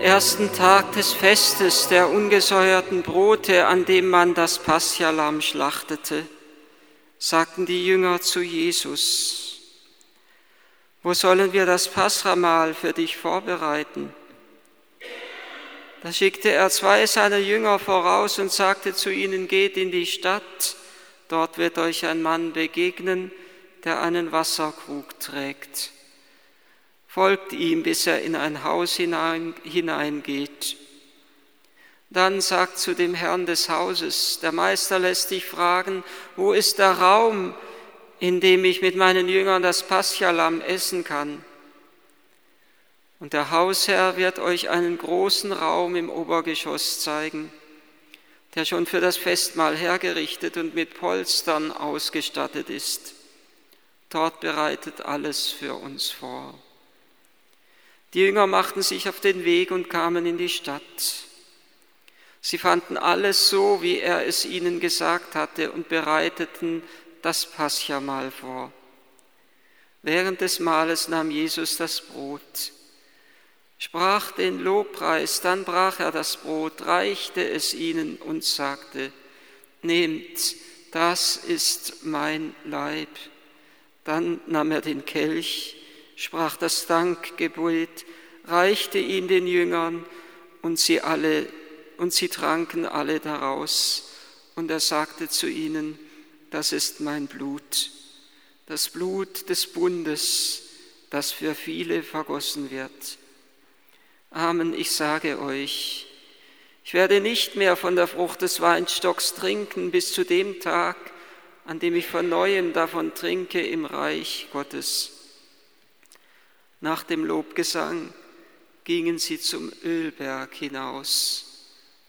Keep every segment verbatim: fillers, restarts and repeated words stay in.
ersten Tag des Festes der ungesäuerten Brote, an dem man das Paschalamm schlachtete, sagten die Jünger zu Jesus: Wo sollen wir das Paschamahl für dich vorbereiten? Da schickte er zwei seiner Jünger voraus und sagte zu ihnen: Geht in die Stadt, dort wird euch ein Mann begegnen, der einen Wasserkrug trägt. Folgt ihm, bis er in ein Haus hinein, hineingeht. Dann sagt zu dem Herrn des Hauses: Der Meister lässt dich fragen, wo ist der Raum, in dem ich mit meinen Jüngern das Paschalamm essen kann? Und der Hausherr wird euch einen großen Raum im Obergeschoss zeigen, der schon für das Festmahl hergerichtet und mit Polstern ausgestattet ist. Dort bereitet alles für uns vor. Die Jünger machten sich auf den Weg und kamen in die Stadt. Sie fanden alles so, wie er es ihnen gesagt hatte, und bereiteten das Paschamahl vor. Während des Mahles nahm Jesus das Brot, sprach den Lobpreis, dann brach er das Brot, reichte es ihnen und sagte: Nehmt, das ist mein Leib. Dann nahm er den Kelch, sprach das Dankgebet, reichte ihn den Jüngern, und sie alle und sie tranken alle daraus. Und er sagte zu ihnen: Das ist mein Blut, das Blut des Bundes, das für viele vergossen wird. Amen, ich sage euch, ich werde nicht mehr von der Frucht des Weinstocks trinken bis zu dem Tag, an dem ich von Neuem davon trinke im Reich Gottes. Nach dem Lobgesang gingen sie zum Ölberg hinaus.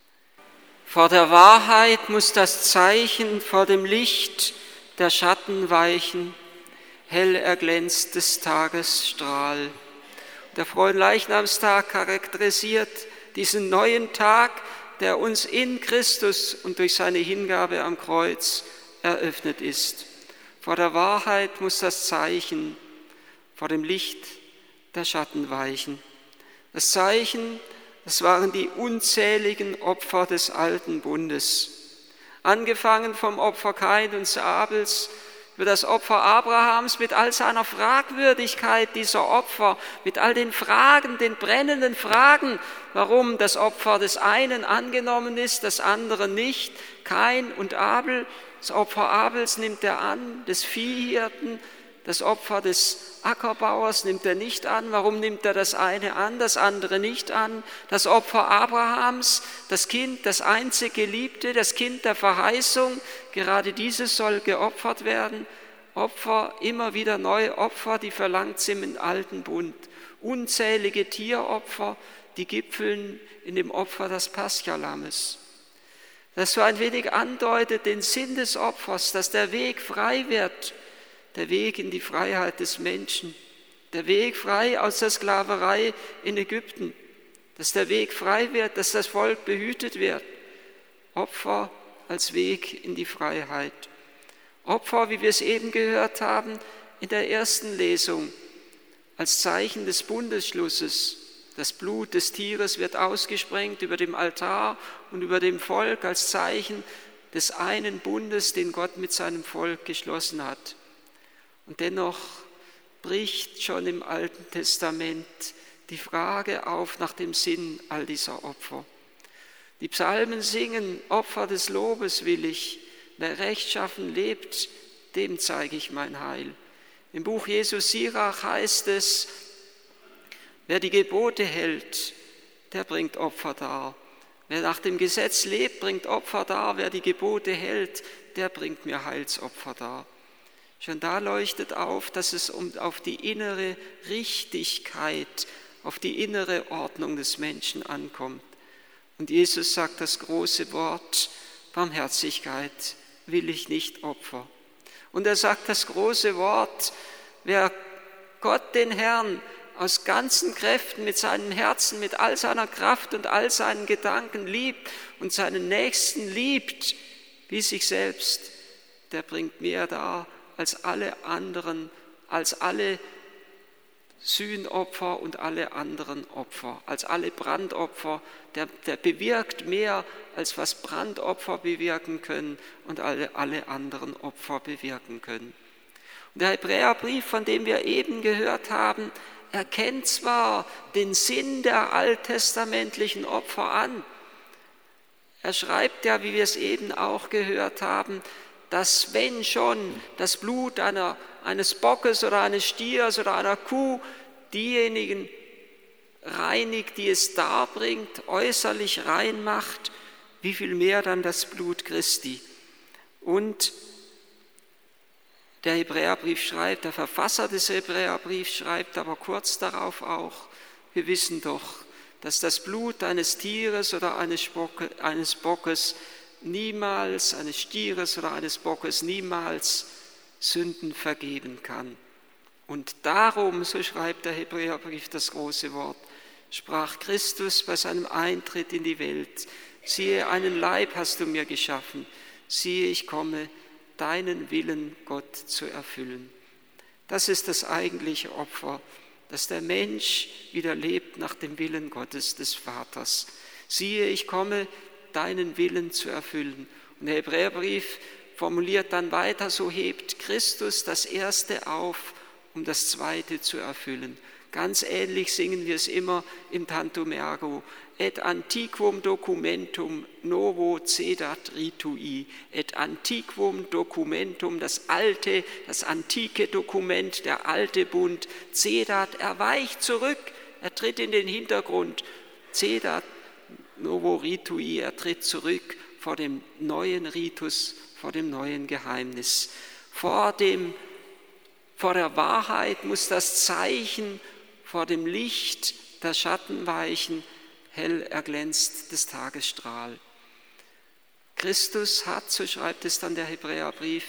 Vor der Wahrheit muss das Zeichen vor dem Licht der Schatten weichen, hell erglänzt des Tages Strahl. Der Fronleichnamstag charakterisiert diesen neuen Tag, der uns in Christus und durch seine Hingabe am Kreuz eröffnet ist. Vor der Wahrheit muss das Zeichen vor dem Licht der Schatten weichen. Das Zeichen, das waren die unzähligen Opfer des alten Bundes. Angefangen vom Opfer Kains und Abels, über das Opfer Abrahams mit all seiner Fragwürdigkeit dieser Opfer, mit all den Fragen, den brennenden Fragen, warum das Opfer des einen angenommen ist, das andere nicht. Kain und Abel, das Opfer Abels nimmt er an, des Viehhirten, das Opfer des Ackerbauers nimmt er nicht an. Warum nimmt er das eine an, das andere nicht an? Das Opfer Abrahams, das Kind, das einzig Geliebte, das Kind der Verheißung, gerade dieses soll geopfert werden. Opfer, immer wieder neue Opfer, die verlangt sind im alten Bund. Unzählige Tieropfer, die gipfeln in dem Opfer des Paschalammes. Das so ein wenig andeutet den Sinn des Opfers, dass der Weg frei wird, der Weg in die Freiheit des Menschen, der Weg frei aus der Sklaverei in Ägypten, dass der Weg frei wird, dass das Volk behütet wird. Opfer als Weg in die Freiheit. Opfer, wie wir es eben gehört haben in der ersten Lesung, als Zeichen des Bundesschlusses. Das Blut des Tieres wird ausgesprengt über dem Altar und über dem Volk als Zeichen des einen Bundes, den Gott mit seinem Volk geschlossen hat. Und dennoch bricht schon im Alten Testament die Frage auf nach dem Sinn all dieser Opfer. Die Psalmen singen: Opfer des Lobes will ich, wer rechtschaffen lebt, dem zeige ich mein Heil. Im Buch Jesu Sirach heißt es: Wer die Gebote hält, der bringt Opfer dar. Wer nach dem Gesetz lebt, bringt Opfer dar. Wer die Gebote hält, der bringt mir Heilsopfer dar. Schon da leuchtet auf, dass es um, auf die innere Richtigkeit, auf die innere Ordnung des Menschen ankommt. Und Jesus sagt das große Wort: Barmherzigkeit will ich nicht Opfer. Und er sagt das große Wort: Wer Gott, den Herrn, aus ganzen Kräften, mit seinem Herzen, mit all seiner Kraft und all seinen Gedanken liebt und seinen Nächsten liebt wie sich selbst, der bringt mehr dar als alle anderen, als alle Sühnopfer und alle anderen Opfer, als alle Brandopfer. Der, der bewirkt mehr, als was Brandopfer bewirken können und alle, alle anderen Opfer bewirken können. Und der Hebräerbrief, von dem wir eben gehört haben, erkennt zwar den Sinn der alttestamentlichen Opfer an. Er schreibt ja, wie wir es eben auch gehört haben, dass wenn schon das Blut einer, eines Bockes oder eines Stiers oder einer Kuh diejenigen reinigt, die es darbringt, äußerlich rein macht, wie viel mehr dann das Blut Christi. Und der Hebräerbrief schreibt, der Verfasser des Hebräerbriefs schreibt aber kurz darauf auch, wir wissen doch, dass das Blut eines Tieres oder eines, Spocke, eines Bockes niemals, eines Stieres oder eines Bockes niemals Sünden vergeben kann. Und darum, so schreibt der Hebräerbrief das große Wort, sprach Christus bei seinem Eintritt in die Welt, siehe, einen Leib hast du mir geschaffen, siehe, ich komme, deinen Willen, Gott, zu erfüllen. Das ist das eigentliche Opfer, dass der Mensch wieder lebt nach dem Willen Gottes, des Vaters. Siehe, ich komme, deinen Willen zu erfüllen. Und der Hebräerbrief formuliert dann weiter, so hebt Christus das Erste auf, um das Zweite zu erfüllen. Ganz ähnlich singen wir es immer im Tantum Ergo. Et antiquum documentum novo cedat ritui. Et antiquum documentum, das alte, das antike Dokument, der alte Bund, cedat, er weicht zurück, er tritt in den Hintergrund. Cedat novo ritui, er tritt zurück vor dem neuen Ritus, vor dem neuen Geheimnis. Vor dem, vor der Wahrheit muss das Zeichen vor dem Licht der Schatten weichen, hell erglänzt des Tagesstrahl. Christus hat, so schreibt es dann der Hebräerbrief,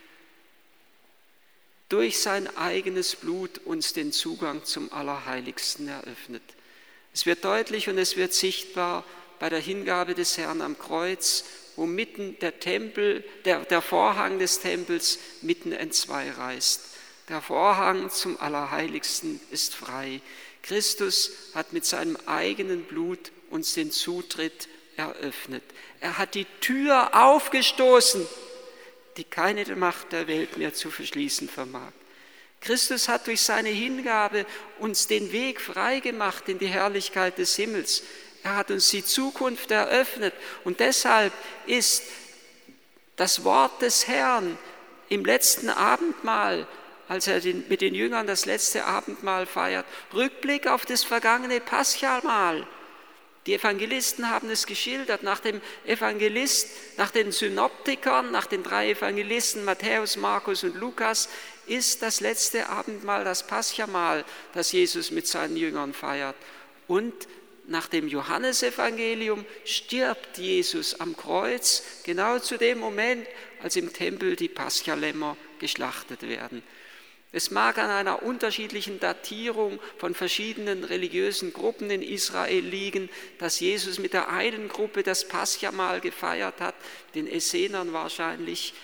durch sein eigenes Blut uns den Zugang zum Allerheiligsten eröffnet. Es wird deutlich und es wird sichtbar bei der Hingabe des Herrn am Kreuz, wo mitten der Tempel, der, der Vorhang des Tempels mitten entzwei reißt. Der Vorhang zum Allerheiligsten ist frei. Christus hat mit seinem eigenen Blut uns den Zutritt eröffnet. Er hat die Tür aufgestoßen, die keine Macht der Welt mehr zu verschließen vermag. Christus hat durch seine Hingabe uns den Weg freigemacht in die Herrlichkeit des Himmels. Er hat uns die Zukunft eröffnet und deshalb ist das Wort des Herrn im letzten Abendmahl, als er den, mit den Jüngern das letzte Abendmahl feiert, Rückblick auf das vergangene Paschamahl. Die Evangelisten haben es geschildert, nach dem Evangelist, nach den Synoptikern, nach den drei Evangelisten Matthäus, Markus und Lukas, ist das letzte Abendmahl das Paschamahl, das Jesus mit seinen Jüngern feiert. Und nach dem Johannesevangelium stirbt Jesus am Kreuz, genau zu dem Moment, als im Tempel die Paschalämmer geschlachtet werden. Es mag an einer unterschiedlichen Datierung von verschiedenen religiösen Gruppen in Israel liegen, dass Jesus mit der einen Gruppe das Paschamahl gefeiert hat, den Essenern wahrscheinlich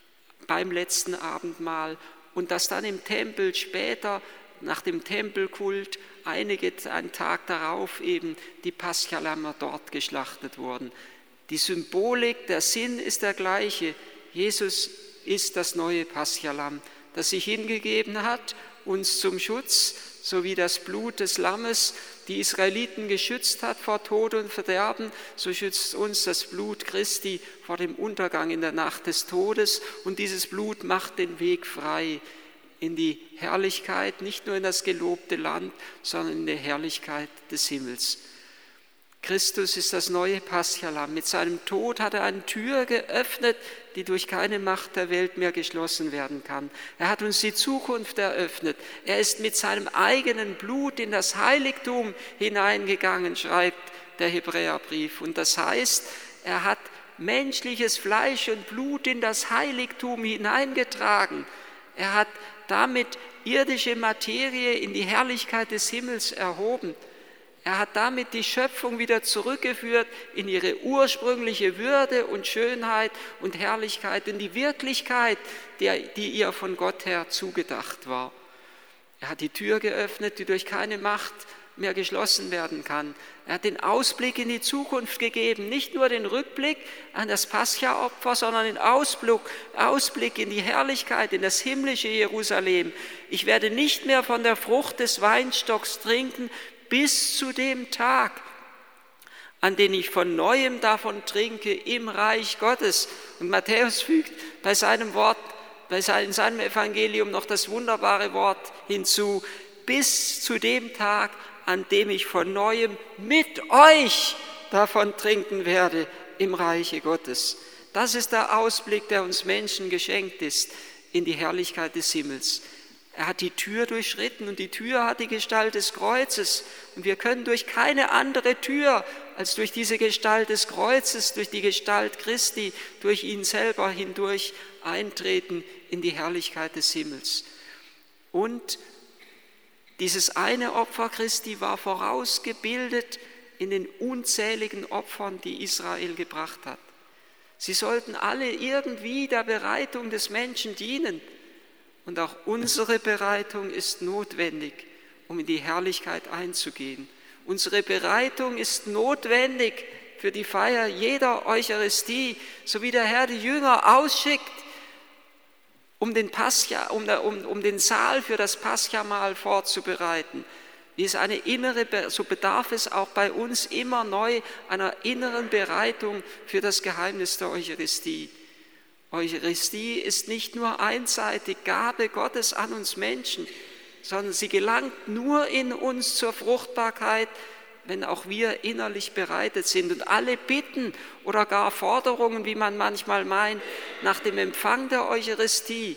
beim letzten Abendmahl, und dass dann im Tempel später, nach dem Tempelkult, einige, einen Tag darauf eben die Paschalämmer dort geschlachtet wurden. Die Symbolik, der Sinn ist der gleiche. Jesus ist das neue Paschalamm, das sich hingegeben hat, uns zum Schutz, so wie das Blut des Lammes die Israeliten geschützt hat vor Tod und Verderben, so schützt uns das Blut Christi vor dem Untergang in der Nacht des Todes. Und dieses Blut macht den Weg frei in die Herrlichkeit, nicht nur in das gelobte Land, sondern in die Herrlichkeit des Himmels. Christus ist das neue Paschalamm. Mit seinem Tod hat er eine Tür geöffnet, die durch keine Macht der Welt mehr geschlossen werden kann. Er hat uns die Zukunft eröffnet. Er ist mit seinem eigenen Blut in das Heiligtum hineingegangen, schreibt der Hebräerbrief. Und das heißt, er hat menschliches Fleisch und Blut in das Heiligtum hineingetragen. Er hat damit irdische Materie in die Herrlichkeit des Himmels erhoben. Er hat damit die Schöpfung wieder zurückgeführt in ihre ursprüngliche Würde und Schönheit und Herrlichkeit, in die Wirklichkeit, die ihr von Gott her zugedacht war. Er hat die Tür geöffnet, die durch keine Macht mehr geschlossen werden kann. Er hat den Ausblick in die Zukunft gegeben, nicht nur den Rückblick an das Pascha-Opfer, sondern den Ausblick, Ausblick in die Herrlichkeit, in das himmlische Jerusalem. Ich werde nicht mehr von der Frucht des Weinstocks trinken, bis zu dem Tag, an den ich von Neuem davon trinke im Reich Gottes. Und Matthäus fügt bei seinem Wort, bei seinem, in seinem Evangelium noch das wunderbare Wort hinzu, bis zu dem Tag, an dem ich von Neuem mit euch davon trinken werde im Reiche Gottes. Das ist der Ausblick, der uns Menschen geschenkt ist in die Herrlichkeit des Himmels. Er hat die Tür durchschritten und die Tür hat die Gestalt des Kreuzes. Und wir können durch keine andere Tür als durch diese Gestalt des Kreuzes, durch die Gestalt Christi, durch ihn selber hindurch eintreten in die Herrlichkeit des Himmels. Und dieses eine Opfer Christi war vorausgebildet in den unzähligen Opfern, die Israel gebracht hat. Sie sollten alle irgendwie der Bereitung des Menschen dienen. Und auch unsere Bereitung ist notwendig, um in die Herrlichkeit einzugehen. Unsere Bereitung ist notwendig für die Feier jeder Eucharistie, so wie der Herr die Jünger ausschickt, um den, Pascha, um, der, um, um den Saal für das Paschamahl vorzubereiten. Wie es eine innere, so bedarf es auch bei uns immer neu einer inneren Bereitung für das Geheimnis der Eucharistie. Eucharistie ist nicht nur einseitig Gabe Gottes an uns Menschen, sondern sie gelangt nur in uns zur Fruchtbarkeit, wenn auch wir innerlich bereitet sind. Und alle Bitten oder gar Forderungen, wie man manchmal meint, nach dem Empfang der Eucharistie,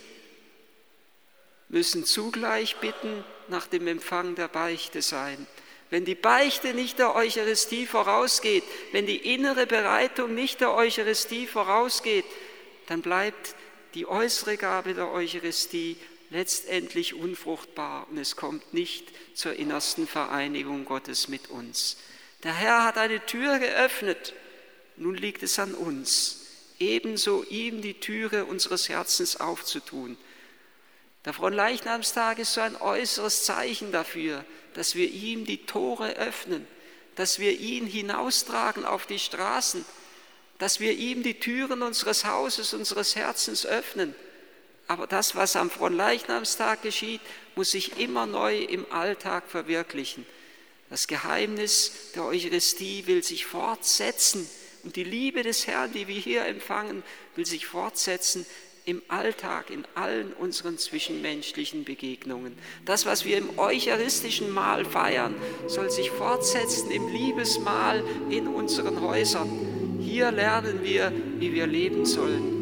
müssen zugleich Bitten nach dem Empfang der Beichte sein. Wenn die Beichte nicht der Eucharistie vorausgeht, wenn die innere Bereitung nicht der Eucharistie vorausgeht, dann bleibt die äußere Gabe der Eucharistie letztendlich unfruchtbar und es kommt nicht zur innersten Vereinigung Gottes mit uns. Der Herr hat eine Tür geöffnet, nun liegt es an uns, ebenso ihm die Türe unseres Herzens aufzutun. Der Fronleichnamstag ist so ein äußeres Zeichen dafür, dass wir ihm die Tore öffnen, dass wir ihn hinaustragen auf die Straßen, dass wir ihm die Türen unseres Hauses, unseres Herzens öffnen. Aber das, was am Fronleichnamstag geschieht, muss sich immer neu im Alltag verwirklichen. Das Geheimnis der Eucharistie will sich fortsetzen und die Liebe des Herrn, die wir hier empfangen, will sich fortsetzen im Alltag, in allen unseren zwischenmenschlichen Begegnungen. Das, was wir im eucharistischen Mahl feiern, soll sich fortsetzen im Liebesmahl in unseren Häusern. Hier lernen wir, wie wir leben sollen.